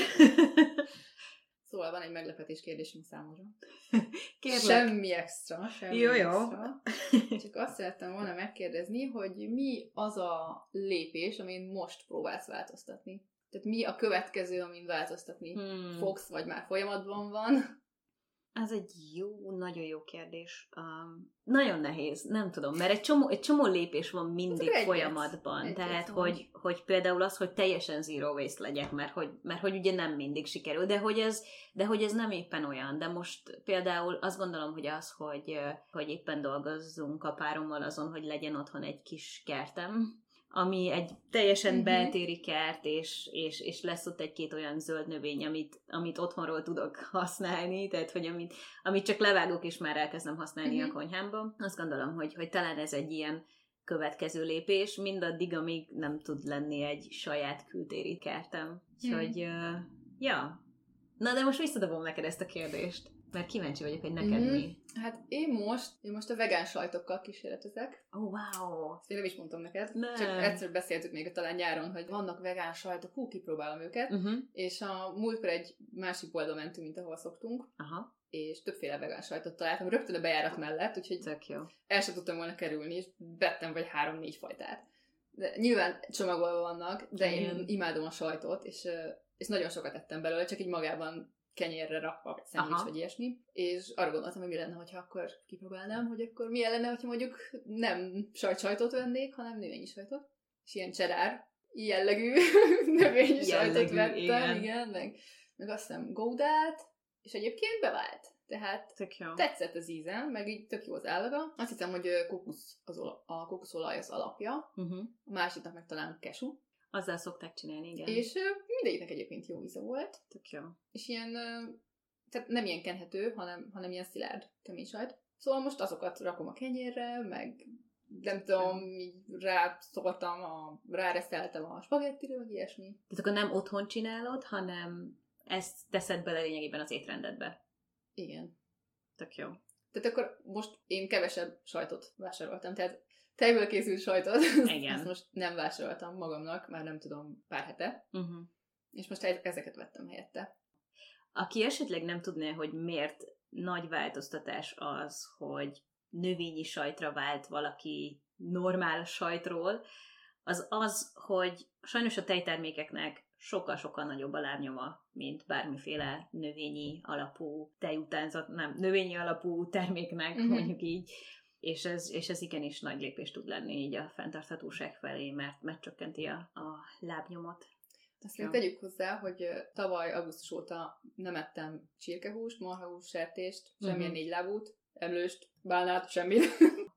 Szóval van egy meglepetés kérdésünk számomra. Kérlek. Semmi extra, semmi jó, jó. extra. Csak azt szerettem volna megkérdezni, hogy mi az a lépés, amin most próbálsz változtatni? Tehát mi a következő, amin változtatni hmm. fogsz, vagy már folyamatban van? Ez egy jó, nagyon jó kérdés. Um, nagyon nehéz, nem tudom, mert egy csomó, egy csomó lépés van mindig egy folyamatban. Egy Tehát, hogy, hogy például az, hogy teljesen zero waste legyek, mert hogy, mert hogy ugye nem mindig sikerül, de hogy, ez, de hogy ez nem éppen olyan. De most például azt gondolom, hogy az, hogy, hogy éppen dolgozzunk a párommal azon, hogy legyen otthon egy kis kertem, ami egy teljesen uh-huh. beltéri kert, és, és, és lesz ott egy-két olyan zöld növény, amit, amit otthonról tudok használni, tehát hogy amit, amit csak levágok, és már elkezdem használni uh-huh. a konyhámban. Azt gondolom, hogy, hogy talán ez egy ilyen következő lépés, mindaddig, amíg nem tud lenni egy saját kültéri kertem. Úgyhogy, uh-huh. uh, ja. Na, de most visszadobom neked ezt a kérdést, mert kíváncsi vagyok, hogy neked mm-hmm. mi. Hát én most, én most a vegán sajtokkal kísérletezek. Oh, wow! Ezt én nem is mondtam neked. Nem. Csak egyszer beszéltük még talán nyáron, hogy vannak vegán sajtok, hú, kipróbálom őket. Uh-huh. És a múltkor egy másik oldalon mentünk, mint ahol szoktunk. Aha. És többféle vegán sajtot találtam, rögtön a bejárat mellett, úgyhogy tök jó. El sem tudtam volna kerülni, és vettem vagy három-négy fajtát. De nyilván csomagolva vannak, de én mm. imádom a sajtot, és, és nagyon sokat ettem belőle, csak így magában kenyérre rakva, vagy szendvics, vagy ilyesmi. És arra gondoltam, hogy mi lenne, hogyha akkor kipróbálnám, hogy akkor milyen lenne, hogyha mondjuk nem sajt-sajtot vennék, hanem növényi sajtot. És ilyen csedár jellegű növényi sajtot vettem, igen, igen meg, meg azt hiszem goudát, és egyébként bevált. Tehát tetszett az íze, meg így tök jó az állaga. Azt hiszem, hogy kókusz az ola, a kókuszolaj az alapja, uh-huh. a másiknak meg talán cashew. Azzal szokták csinálni, igen. És mindegyiknek egyébként jó íze volt. Tök jó. És ilyen, tehát nem ilyen kenhető, hanem, hanem ilyen szilárd kemény sajt. Szóval most azokat rakom a kenyérre, meg nem tudom, így rászortam, a, ráreszeltem a spagettire, vagy ilyesmi. Tehát akkor nem otthon csinálod, hanem ezt teszed bele lényegében az étrendedbe. Igen. Tök jó. Tehát akkor most én kevesebb sajtot vásároltam, tehát tejből készült sajtot, igen. Ezt most nem vásároltam magamnak, már nem tudom, pár hete, uh-huh. és most ezeket vettem helyette. Aki esetleg nem tudná, hogy miért nagy változtatás az, hogy növényi sajtra vált valaki normál sajtról, az az, hogy sajnos a tejtermékeknek sokkal-sokkal nagyobb a lábnyoma, mint bármiféle növényi alapú tejutánzat, nem, növényi alapú terméknek, uh-huh. mondjuk így, és ez, és ez igenis nagy lépés tud lenni így a fenntarthatóság felé, mert, mert csökkenti a, a lábnyomot. Azt még tegyük hozzá, hogy tavaly augusztus óta nem ettem csirkehúst, marhahúst, sertést, semmilyen uh-huh. négylábút, emlőst, bálnát, semmit.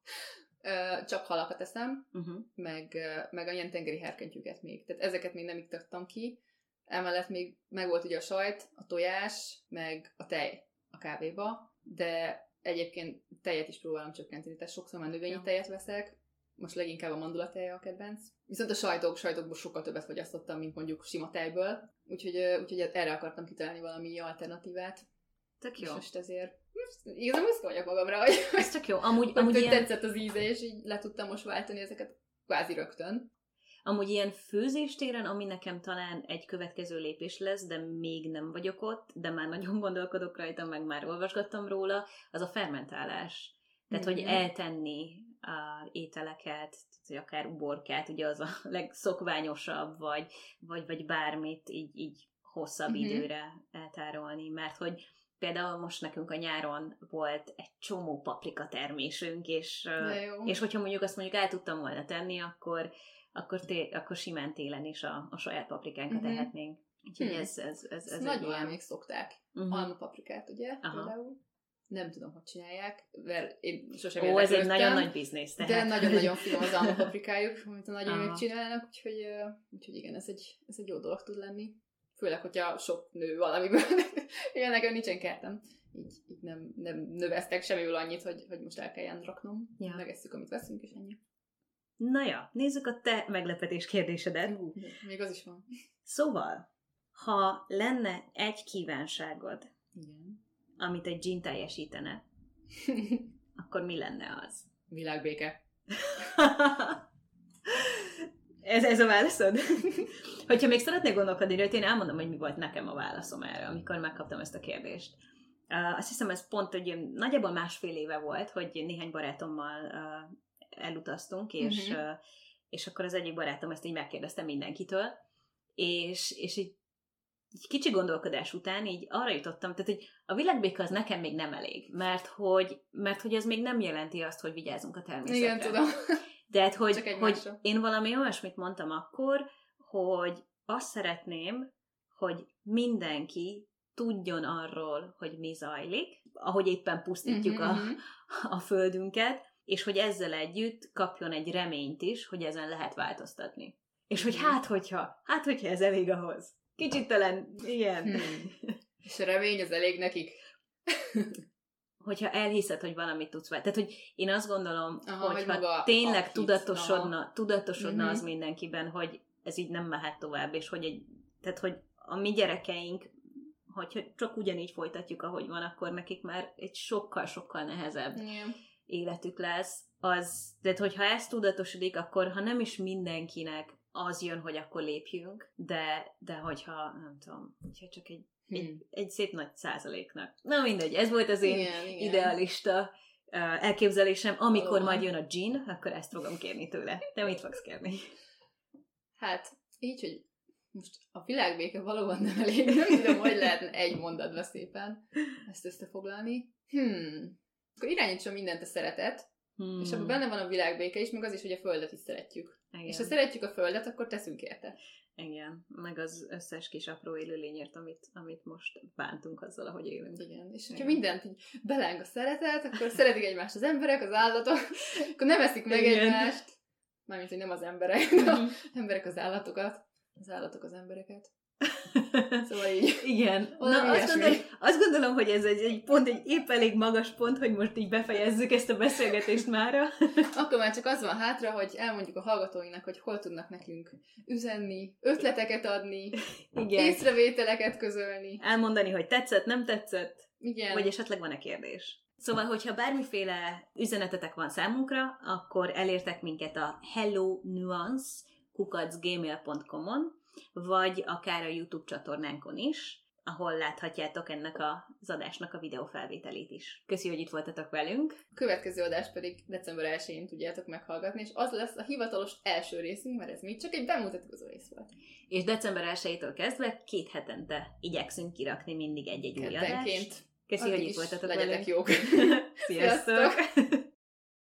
Csak halakat eszem, uh-huh. meg, meg a ilyen tengeri herkentyűket még. Tehát ezeket még nem iktattam ki. Emellett még meg volt ugye a sajt, a tojás, meg a tej a kávéba, de egyébként tejet is próbálom csökkenteni, tehát sokszor már növényi tejet veszek, most leginkább a mandulateja a kedvenc. Viszont a sajtok, sajtokból sokkal többet fogyasztottam, mint mondjuk sima tejből. Úgyhogy, úgyhogy erre akartam kitalálni valami alternatívát. Tök jó. És most ezért igazán büszke vagyok magamra, hogy, ez tök jó. Amúgy, hogy amúgy ilyen... ilyen... tetszett az íze, és így le tudtam most váltani ezeket kvázi rögtön. Amúgy ilyen főzéstéren, ami nekem talán egy következő lépés lesz, de még nem vagyok ott, de már nagyon gondolkodok rajta, meg már olvasgattam róla, az a fermentálás. Tehát, mm-hmm. hogy eltenni a ételeket, hogy akár uborkát, ugye az a legszokványosabb, vagy, vagy, vagy bármit így, így hosszabb mm-hmm. időre eltárolni, mert hogy például most nekünk a nyáron volt egy csomó paprika termésünk, és, és hogyha mondjuk azt mondjuk el tudtam volna tenni, akkor, akkor, té, akkor simán télen is a, a saját paprikánkat uh-huh. ehetnénk. Úgyhogy hmm. ez, ez, ez, ez nagyon ilyen... még szokták. Uh-huh. Almapaprikát, ugye? Aha. Például. Nem tudom, hogy csinálják, mert én sosem Ó, ez egy nagyon nagy biznisz. Tehát. De nagyon-nagyon finom az almapaprikájuk, amit a nagyanyjuk csinálnak, úgyhogy, úgyhogy igen, ez egy, ez egy jó dolog tud lenni. Főleg, hogyha sok nő valamiből. Igen, nekem nincsen kertem. Így, így nem, nem növesztek semmiből annyit, hogy, hogy most el kelljen raknom. Ja. Megesszük, amit veszünk, és ennyi. Na ja, nézzük a te meglepetés kérdésedet. Uh, még az is van. Szóval, ha lenne egy kívánságod, igen. amit egy gin teljesítene, akkor mi lenne az? Világbéke. Ez, ez a válaszod? Hogyha még szeretnék gondolkodni rajta, én elmondom, hogy mi volt nekem a válaszom erre, amikor megkaptam ezt a kérdést. Uh, azt hiszem, ez pont, hogy nagyjából másfél éve volt, hogy néhány barátommal uh, elutaztunk, és, uh-huh. uh, és akkor az egyik barátom ezt így megkérdezte mindenkitől, és, és így, így kicsi gondolkodás után így arra jutottam, tehát, hogy a világbéka az nekem még nem elég, mert hogy, mert hogy ez még nem jelenti azt, hogy vigyázzunk a természetre. Igen, tudom. De hát, hogy, hogy én valami olyasmit mondtam akkor, hogy azt szeretném, hogy mindenki tudjon arról, hogy mi zajlik, ahogy éppen pusztítjuk uh-huh. a, a földünket, és hogy ezzel együtt kapjon egy reményt is, hogy ezen lehet változtatni. És hogy hát, hogyha, hát, hogyha ez elég ahhoz. Kicsit talán ilyen. Hmm. És a remény az elég nekik. Hogyha elhiszed, hogy valamit tudsz vele. Tehát, hogy én azt gondolom, aha, hogy hogy ha tényleg tudatosodna, tudatosodna uh-huh. az mindenkiben, hogy ez így nem mehet tovább, és hogy, egy, tehát, hogy a mi gyerekeink, hogyha csak ugyanígy folytatjuk, ahogy van, akkor nekik már egy sokkal-sokkal nehezebb yeah. életük lesz. Az, tehát, hogyha ez tudatosodik, akkor ha nem is mindenkinek az jön, hogy akkor lépjünk, de, de hogyha, nem tudom, hogyha csak egy Egy, hmm. egy szép nagy százaléknak. Na mindegy, ez volt az én igen, idealista uh, elképzelésem. Amikor Valóban. majd jön a gin, akkor ezt fogom kérni tőle. Te mit fogsz kérni? Hát, így, hogy most a világbéke valóban nem elég, nem tudom, hogy lehetne egy mondatba szépen ezt összefoglalni. Hmm. Akkor irányítson mindent a szeretet, hmm. és abban benne van a világbéke is, meg az is, hogy a Földet is szeretjük. Igen. És ha szeretjük a Földet, akkor teszünk érte. Igen, meg az összes kis apró élőlényért, amit, amit most bántunk azzal, ahogy élünk. Igen, és hogyha mindent így beláng a szeretet, akkor szeretik egymást az emberek, az állatok, akkor nem eszik meg igen. egymást. Mármint, hogy nem az emberek, de az emberek az állatokat, az állatok az embereket. Szóval így. Igen. Na, azt gondolom, azt gondolom, hogy ez egy, egy pont, egy épp elég magas pont, hogy most így befejezzük ezt a beszélgetést mára. Akkor már csak az van hátra, hogy elmondjuk a hallgatóinknak, hogy hol tudnak nekünk üzenni, ötleteket adni, igen. észrevételeket közölni. Elmondani, hogy tetszett, nem tetszett, igen. vagy esetleg van-e kérdés. Szóval, hogyha bármiféle üzenetetek van számunkra, akkor elértek minket a hello nuance kukac gmail pont com-on, vagy akár a YouTube csatornánkon is, ahol láthatjátok ennek az adásnak a videófelvételét is. Köszi, hogy itt voltatok velünk. A következő adás pedig december elsején tudjátok meghallgatni, és az lesz a hivatalos első részünk, mert ez még csak egy bemutatkozó rész volt. És december elsejétől kezdve két hetente igyekszünk kirakni mindig egy-egy új adást. Keddenként. Köszi, hogy itt voltatok velünk. Legyetek jók. Sziasztok!